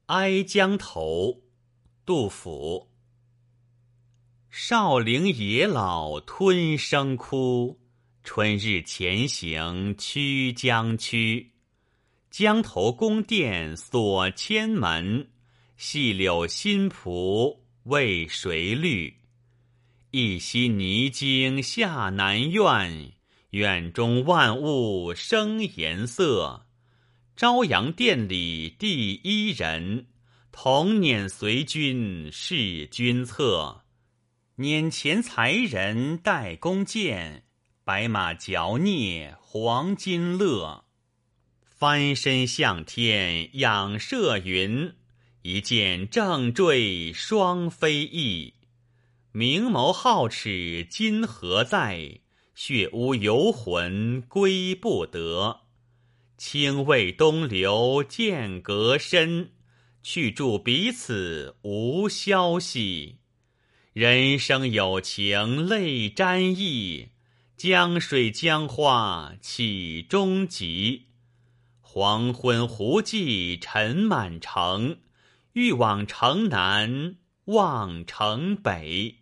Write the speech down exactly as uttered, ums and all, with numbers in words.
哀江头，杜甫。少陵野老吞声哭，春日前行曲江曲。江头宫殿锁千门，细柳新蒲为谁绿？一夕泥京下南苑，院中万物生颜色。朝阳殿里第一人，同辇随君侍君侧。辇前才人带弓箭，白马嚼啮黄金勒。翻身向天仰射云，一箭正坠双飞翼。明眸皓齿今何在？血污游魂归不得。清渭东流渐隔深，去住彼此无消息。人生有情泪沾衣，江水江花岂终极？黄昏胡骑尘满城，欲往城南望城北。